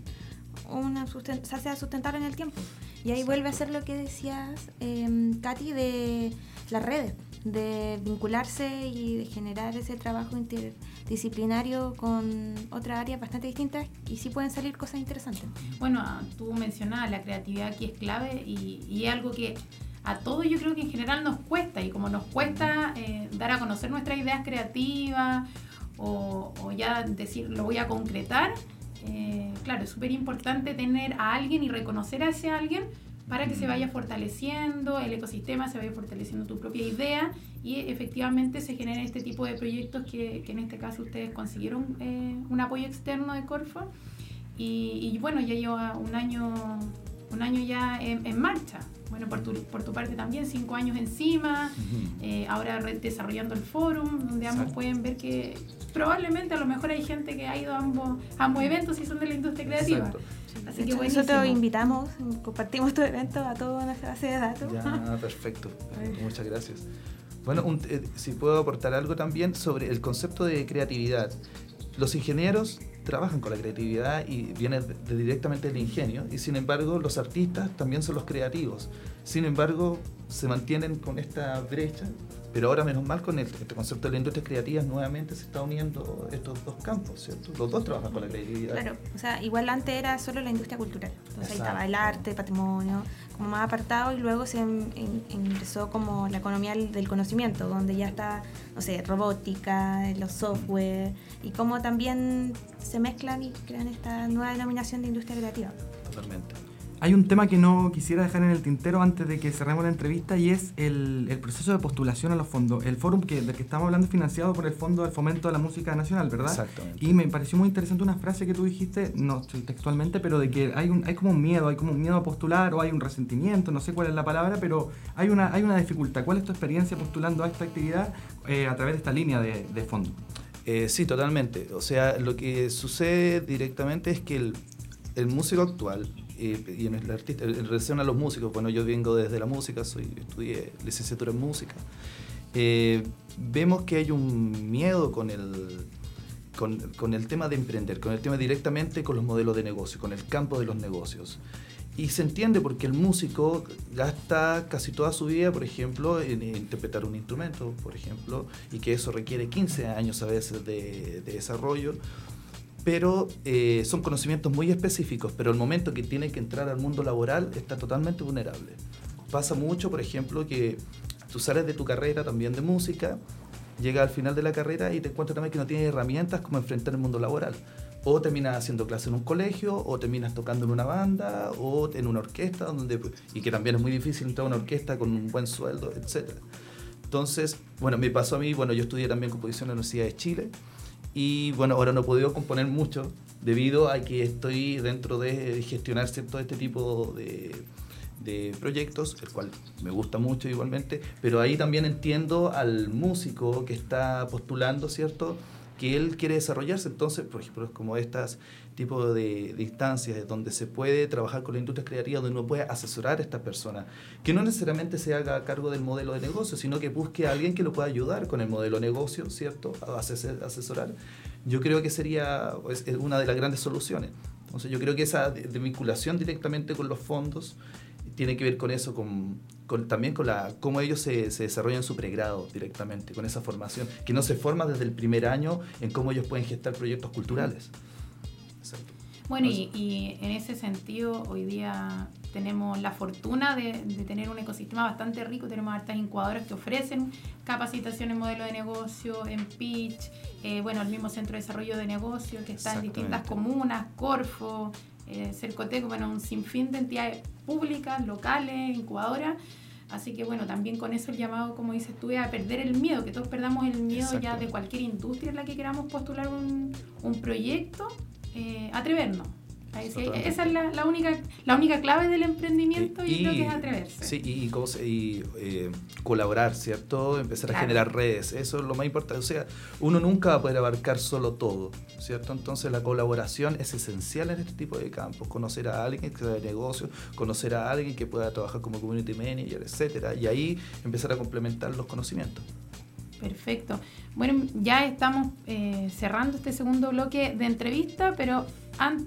sea sustentable en el tiempo. Y ahí vuelve a ser lo que decías, Katy, de las redes. de vincularse y de generar ese trabajo interdisciplinario con otras áreas bastante distintas y sí pueden salir cosas interesantes. Bueno, tú mencionabas la creatividad aquí es clave y es algo que a todos yo creo que en general nos cuesta, y como nos cuesta dar a conocer nuestras ideas creativas o ya decir lo voy a concretar, claro, es súper importante tener a alguien y reconocer a ese alguien para que se vaya fortaleciendo el ecosistema, se vaya fortaleciendo tu propia idea y efectivamente se generen este tipo de proyectos que en este caso ustedes consiguieron un apoyo externo de Corfo y bueno, ya lleva un año ya en marcha. Bueno, por tu parte también, 5 años encima, ahora desarrollando el fórum, donde ambos pueden ver que probablemente a lo mejor hay gente que ha ido a ambos eventos y son de la industria creativa. Exacto. Así que buenísimo. Nosotros invitamos, compartimos tu evento a toda nuestra base de datos. Ya, perfecto. Muchas gracias. Bueno, si puedo aportar algo también sobre el concepto de creatividad. Los ingenieros trabajan con la creatividad y viene directamente del ingenio, y sin embargo los artistas también son los creativos. Sin embargo, se mantienen con esta brecha, pero ahora menos mal con este concepto de la industria creativa nuevamente se está uniendo estos dos campos, ¿cierto? Los dos trabajan con la creatividad. Claro, o sea, igual antes era solo la industria cultural, entonces ahí estaba el Exacto. arte, patrimonio, como más apartado, y luego se ingresó como la economía del conocimiento, donde ya está, no sé, robótica, los software, y cómo también se mezclan y crean esta nueva denominación de industria creativa. Totalmente. Hay un tema que no quisiera dejar en el tintero antes de que cerremos la entrevista y es el proceso de postulación a los fondos. El fórum del que estamos hablando es financiado por el Fondo del Fomento de la Música Nacional, ¿verdad? Exactamente. Y me pareció muy interesante una frase que tú dijiste, no textualmente, pero de que hay como un miedo a postular o hay un resentimiento, no sé cuál es la palabra, pero hay una dificultad. ¿Cuál es tu experiencia postulando a esta actividad a través de esta línea de fondo? Sí, totalmente. O sea, lo que sucede directamente es que el músico actual y el artista, en relación a los músicos, bueno, yo vengo desde la música, estudié licenciatura en música, vemos que hay un miedo con el tema de emprender, con el tema directamente con los modelos de negocio, con el campo de los negocios. Y se entiende porque el músico gasta casi toda su vida, por ejemplo, en interpretar un instrumento, por ejemplo, y que eso requiere 15 años a veces de desarrollo, pero son conocimientos muy específicos, pero el momento que tiene que entrar al mundo laboral está totalmente vulnerable. Pasa mucho, por ejemplo, que tú sales de tu carrera también de música, llegas al final de la carrera y te encuentras también que no tienes herramientas como enfrentar el mundo laboral. O terminas haciendo clase en un colegio, o terminas tocando en una banda, o en una orquesta, y que también es muy difícil entrar a una orquesta con un buen sueldo, etc. Entonces, bueno, me pasó a mí, bueno, yo estudié también composición en la Universidad de Chile, y bueno, ahora no he podido componer mucho, debido a que estoy dentro de gestionar todo este tipo de proyectos, el cual me gusta mucho igualmente, pero ahí también entiendo al músico que está postulando, ¿cierto?, que él quiere desarrollarse. Entonces, por ejemplo, como estas tipos de instancias donde se puede trabajar con la industria creativa, donde uno puede asesorar a esta persona, que no necesariamente se haga a cargo del modelo de negocio, sino que busque a alguien que lo pueda ayudar con el modelo de negocio, ¿cierto?, a asesorar. Yo creo que sería una de las grandes soluciones. Entonces, yo creo que esa de vinculación directamente con los fondos tiene que ver con eso, también con cómo ellos se desarrollan su pregrado directamente, con esa formación, que no se forma desde el primer año en cómo ellos pueden gestar proyectos culturales. Exacto. Bueno, y en ese sentido, hoy día tenemos la fortuna de tener un ecosistema bastante rico. Tenemos hartas incubadoras que ofrecen capacitación en modelo de negocio, en pitch, bueno, el mismo Centro de Desarrollo de Negocios que está en distintas comunas, Corfo, Cercotec, bueno, un sinfín de entidades públicas, locales, incubadoras. Así que bueno, también con eso el llamado, como dices tú, a perder el miedo, que todos perdamos el miedo ya de cualquier industria en la que queramos postular un proyecto, atrevernos. Esa es la única clave del emprendimiento y creo que es atreverse. Sí, y colaborar, ¿cierto? Empezar a generar redes, eso es lo más importante. O sea, uno nunca va a poder abarcar solo todo, ¿cierto? Entonces la colaboración es esencial en este tipo de campos. Conocer a alguien que sea de negocio, conocer a alguien que pueda trabajar como community manager, etcétera, y ahí empezar a complementar los conocimientos. Perfecto. Bueno, ya estamos cerrando este segundo bloque de entrevista, pero antes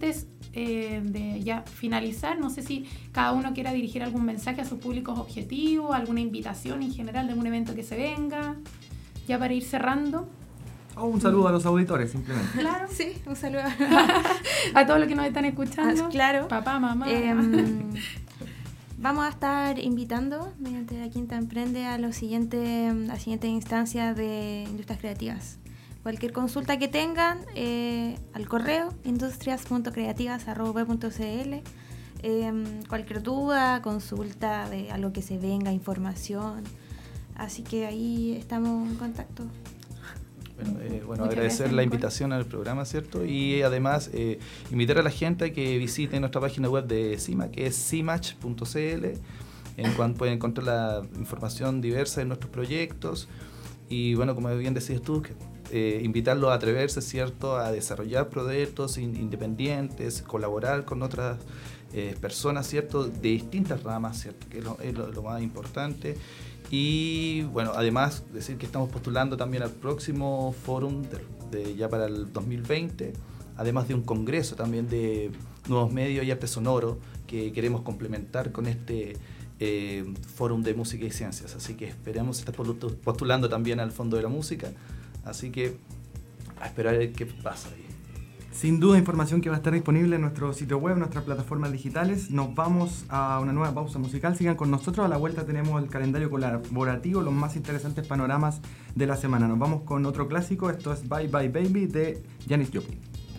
de ya finalizar, no sé si cada uno quiera dirigir algún mensaje a sus públicos objetivos, alguna invitación en general de algún evento que se venga, ya para ir cerrando. O un saludo a los auditores, simplemente. Claro. Sí, un saludo. A todos los que nos están escuchando. Claro. Papá, mamá. Vamos a estar invitando mediante la Quinta Emprende a la siguiente instancia de industrias creativas. Cualquier consulta que tengan, al correo industrias.creativas@web.cl. Cualquier duda, consulta de algo que se venga, información. Así que ahí estamos en contacto. Bueno, agradecer la invitación al programa, ¿cierto? Y además invitar a la gente a que visite nuestra página web de CIMA, que es cimach.cl, en cual pueden encontrar la información diversa de nuestros proyectos. Y bueno, como bien decías tú, invitarlos a atreverse, ¿cierto?, a desarrollar proyectos independientes, colaborar con otras personas, ¿cierto?, de distintas ramas, ¿cierto?, que es lo más importante. Y bueno, además decir que estamos postulando también al próximo fórum ya para el 2020, además de un congreso también de nuevos medios y arte sonoro que queremos complementar con este fórum de música y ciencias. Así que esperamos estar postulando también al Fondo de la Música, así que a esperar a ver qué pasa ahí. Sin duda, información que va a estar disponible en nuestro sitio web, nuestras plataformas digitales. Nos vamos a una nueva pausa musical. Sigan con nosotros. A la vuelta tenemos el calendario colaborativo, los más interesantes panoramas de la semana. Nos vamos con otro clásico. Esto es Bye Bye Baby de Janis Joplin.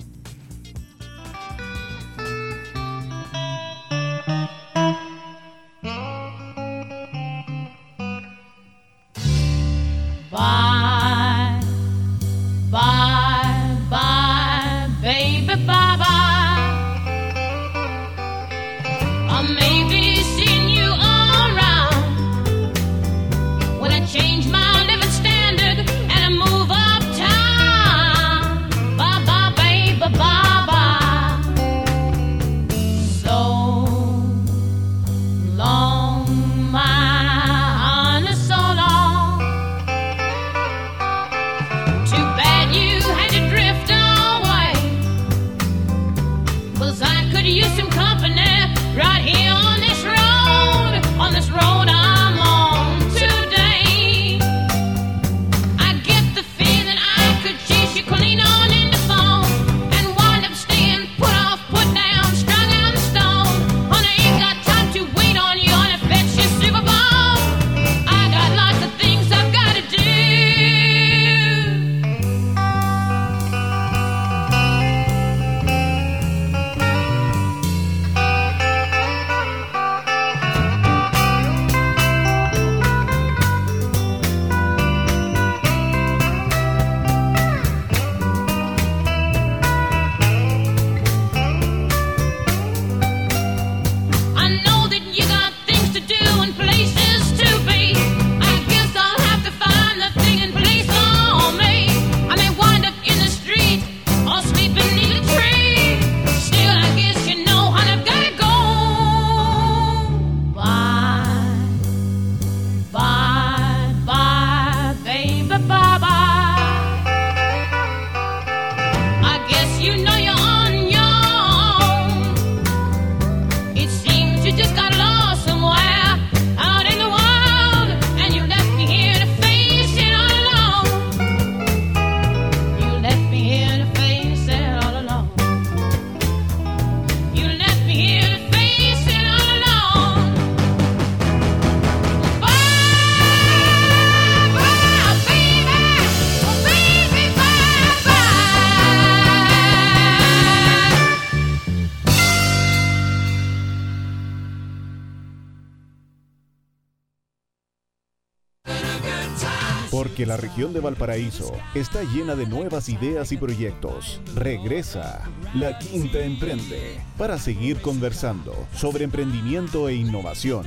Porque la región de Valparaíso está llena de nuevas ideas y proyectos. Regresa La Quinta Emprende para seguir conversando sobre emprendimiento e innovación.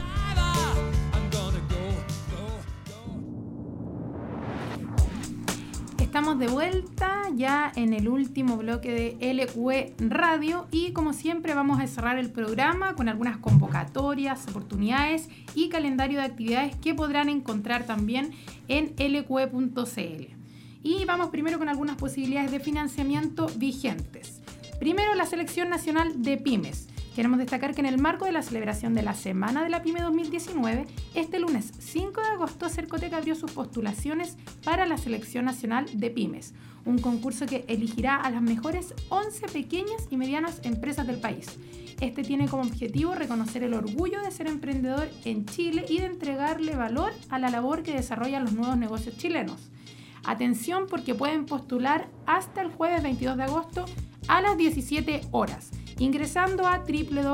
Estamos de vuelta ya en el último bloque de LQE Radio y como siempre vamos a cerrar el programa con algunas convocatorias, oportunidades y calendario de actividades que podrán encontrar también en lqe.cl. Y vamos primero con algunas posibilidades de financiamiento vigentes. Primero, la Selección Nacional de Pymes. Queremos destacar que en el marco de la celebración de la Semana de la Pyme 2019, este lunes 5 de agosto, Cercotec abrió sus postulaciones para la Selección Nacional de Pymes, un concurso que elegirá a las mejores 11 pequeñas y medianas empresas del país. Este tiene como objetivo reconocer el orgullo de ser emprendedor en Chile y de entregarle valor a la labor que desarrollan los nuevos negocios chilenos. Atención, porque pueden postular hasta el jueves 22 de agosto a las 17 horas, ingresando a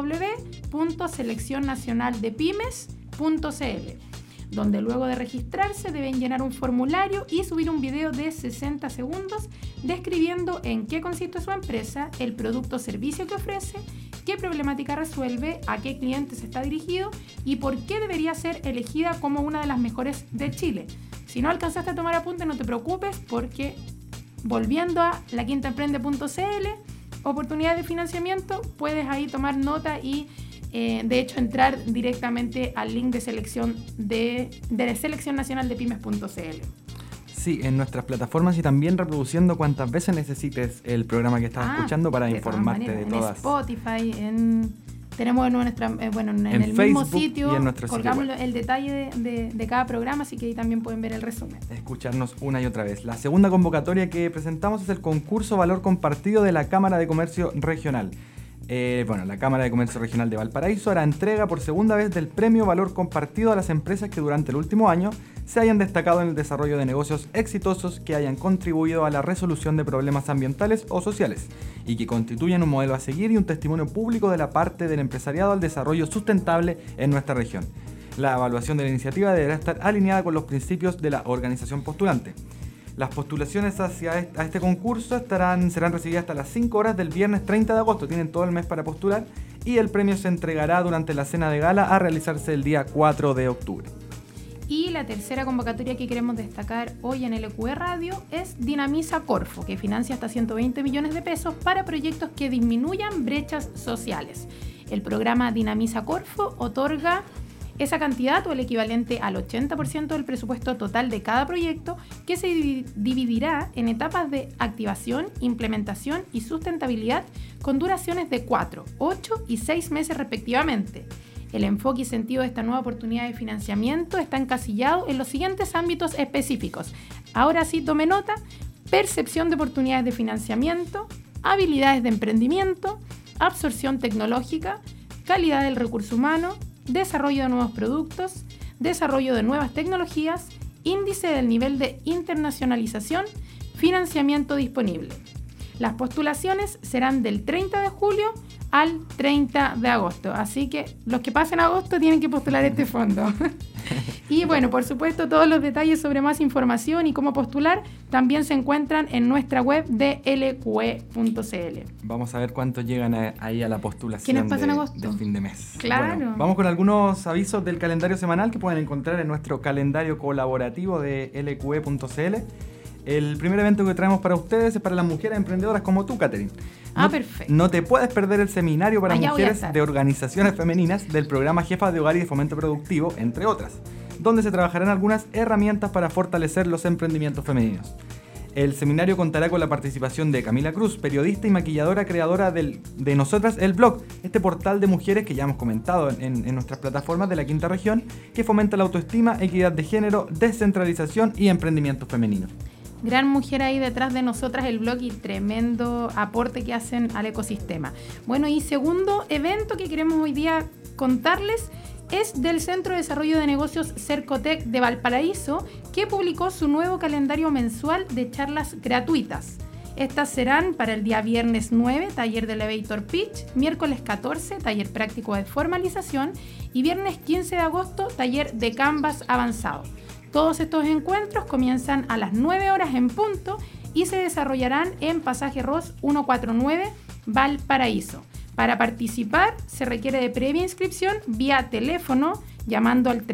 www.seleccionnacionaldepymes.cl, donde luego de registrarse deben llenar un formulario y subir un video de 60 segundos describiendo en qué consiste su empresa, el producto o servicio que ofrece, qué problemática resuelve, a qué clientes está dirigido y por qué debería ser elegida como una de las mejores de Chile. Si no alcanzaste a tomar apunte, no te preocupes, porque volviendo a laquintaemprende.cl, oportunidades de financiamiento, puedes ahí tomar nota y de hecho entrar directamente al link de selección de la Selección Nacional de Pymes.cl. Sí, en nuestras plataformas y también reproduciendo cuantas veces necesites el programa que estás escuchando para informarte de todas. En Spotify, tenemos en nuestra, en el Facebook mismo sitio, y en nuestro colgamos sitio web el detalle de cada programa, así que ahí también pueden ver el resumen. Escucharnos una y otra vez. La segunda convocatoria que presentamos es el concurso Valor Compartido de la Cámara de Comercio Regional. La Cámara de Comercio Regional de Valparaíso hará entrega por segunda vez del premio Valor Compartido a las empresas que durante el último año se hayan destacado en el desarrollo de negocios exitosos que hayan contribuido a la resolución de problemas ambientales o sociales y que constituyen un modelo a seguir y un testimonio público de la parte del empresariado al desarrollo sustentable en nuestra región. La evaluación de la iniciativa deberá estar alineada con los principios de la organización postulante. Las postulaciones a este concurso serán recibidas hasta las 5 horas del viernes 30 de agosto. Tienen todo el mes para postular y el premio se entregará durante la cena de gala a realizarse el día 4 de octubre. Y la tercera convocatoria que queremos destacar hoy en LQE Radio es Dinamiza Corfo, que financia hasta 120 millones de pesos para proyectos que disminuyan brechas sociales. El programa Dinamiza Corfo otorga esa cantidad o el equivalente al 80% del presupuesto total de cada proyecto, que se dividirá en etapas de activación, implementación y sustentabilidad con duraciones de 4, 8 y 6 meses respectivamente. El enfoque y sentido de esta nueva oportunidad de financiamiento está encasillado en los siguientes ámbitos específicos. Ahora sí, tome nota: percepción de oportunidades de financiamiento, habilidades de emprendimiento, absorción tecnológica, calidad del recurso humano, desarrollo de nuevos productos, desarrollo de nuevas tecnologías, índice del nivel de internacionalización, financiamiento disponible. Las postulaciones serán del 30 de julio al 30 de agosto, así que los que pasen agosto tienen que postular este fondo. Y bueno, por supuesto, todos los detalles sobre más información y cómo postular también se encuentran en nuestra web de lqe.cl. Vamos a ver cuántos llegan ahí a la postulación. ¿Quiénes pasan agosto? Del fin de mes. Claro. Bueno, vamos con algunos avisos del calendario semanal que pueden encontrar en nuestro calendario colaborativo de lqe.cl. El primer evento que traemos para ustedes es para las mujeres emprendedoras como tú, Catherine. Perfecto. No te puedes perder el seminario para Allá mujeres de organizaciones femeninas del programa Jefas de Hogar y de Fomento Productivo, entre otras, donde se trabajarán algunas herramientas para fortalecer los emprendimientos femeninos. El seminario contará con la participación de Camila Cruz, periodista y maquilladora, creadora de Nosotras el Blog, este portal de mujeres que ya hemos comentado en nuestras plataformas de la Quinta Región, que fomenta la autoestima, equidad de género, descentralización y emprendimiento femenino. Gran mujer ahí detrás de Nosotras el Blog y tremendo aporte que hacen al ecosistema. Bueno, y segundo evento que queremos hoy día contarles es del Centro de Desarrollo de Negocios Cercotec de Valparaíso, que publicó su nuevo calendario mensual de charlas gratuitas. Estas serán para el día viernes 9, taller de Elevator Pitch, miércoles 14, taller práctico de formalización y viernes 15 de agosto, taller de Canvas avanzado. Todos estos encuentros comienzan a las 9 horas en punto y se desarrollarán en Pasaje Ross 149, Valparaíso. Para participar se requiere de previa inscripción vía teléfono llamando al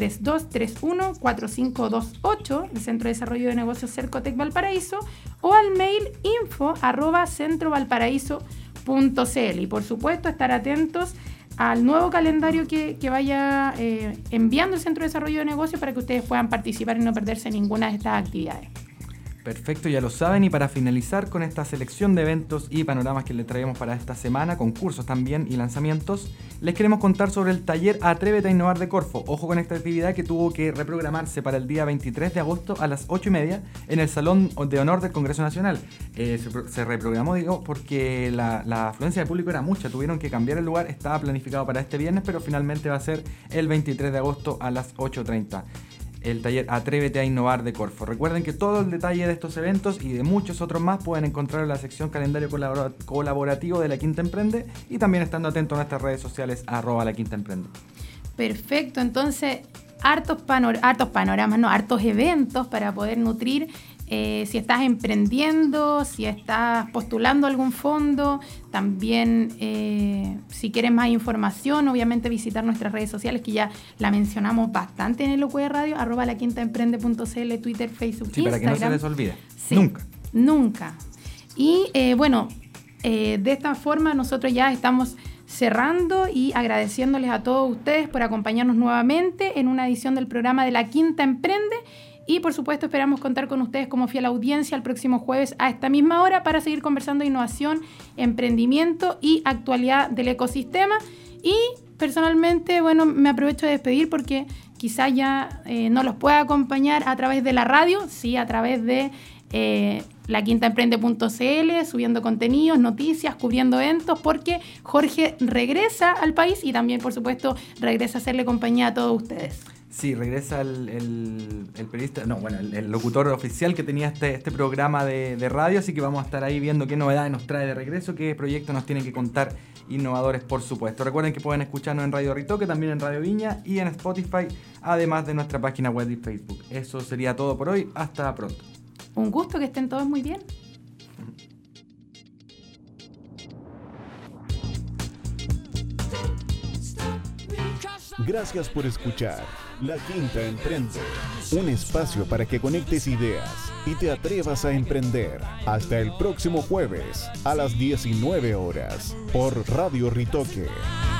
3231-4528 del Centro de Desarrollo de Negocios Cercotec Valparaíso o al mail info@centrovalparaíso.cl. Y por supuesto estar atentos al nuevo calendario que vaya enviando el Centro de Desarrollo de Negocios para que ustedes puedan participar y no perderse ninguna de estas actividades. Perfecto, ya lo saben, y para finalizar con esta selección de eventos y panoramas que les traemos para esta semana, concursos también y lanzamientos, les queremos contar sobre el taller Atrévete a Innovar de Corfo. Ojo con esta actividad que tuvo que reprogramarse para el día 23 de agosto a las 8:30 en el Salón de Honor del Congreso Nacional. Se reprogramó, digo, porque la afluencia de público era mucha, tuvieron que cambiar el lugar, estaba planificado para este viernes, pero finalmente va a ser el 23 de agosto a las 8:30. El taller Atrévete a Innovar de Corfo. Recuerden que todo el detalle de estos eventos y de muchos otros más pueden encontrar en la sección calendario colaborativo de La Quinta Emprende, y también estando atentos a nuestras redes sociales @laquintaemprende. Perfecto, entonces hartos eventos para poder nutrir. Si estás emprendiendo, si estás postulando algún fondo, también si quieres más información, obviamente visitar nuestras redes sociales, que ya la mencionamos bastante en el UQE Radio, @laquintaemprende.cl, Twitter, Facebook, sí, Instagram. para que no se les olvide. Sí, nunca. Y de esta forma nosotros ya estamos cerrando y agradeciéndoles a todos ustedes por acompañarnos nuevamente en una edición del programa de La Quinta Emprende. Y por supuesto esperamos contar con ustedes como fiel audiencia el próximo jueves a esta misma hora para seguir conversando de innovación, emprendimiento y actualidad del ecosistema. Y personalmente, me aprovecho de despedir porque quizá ya no los pueda acompañar a través de la radio, sí, a través de laquintaemprende.cl, subiendo contenidos, noticias, cubriendo eventos, porque Jorge regresa al país y también, por supuesto, regresa a hacerle compañía a todos ustedes. Sí, regresa el periodista, el locutor oficial que tenía este programa de radio, así que vamos a estar ahí viendo qué novedades nos trae de regreso, qué proyectos nos tienen que contar innovadores, por supuesto. Recuerden que pueden escucharnos en Radio Ritoque, también en Radio Viña y en Spotify, además de nuestra página web y Facebook. Eso sería todo por hoy, hasta pronto. Un gusto, que estén todos muy bien. Gracias por escuchar La Quinta Emprende, un espacio para que conectes ideas y te atrevas a emprender. Hasta el próximo jueves a las 19 horas por Radio Ritoque.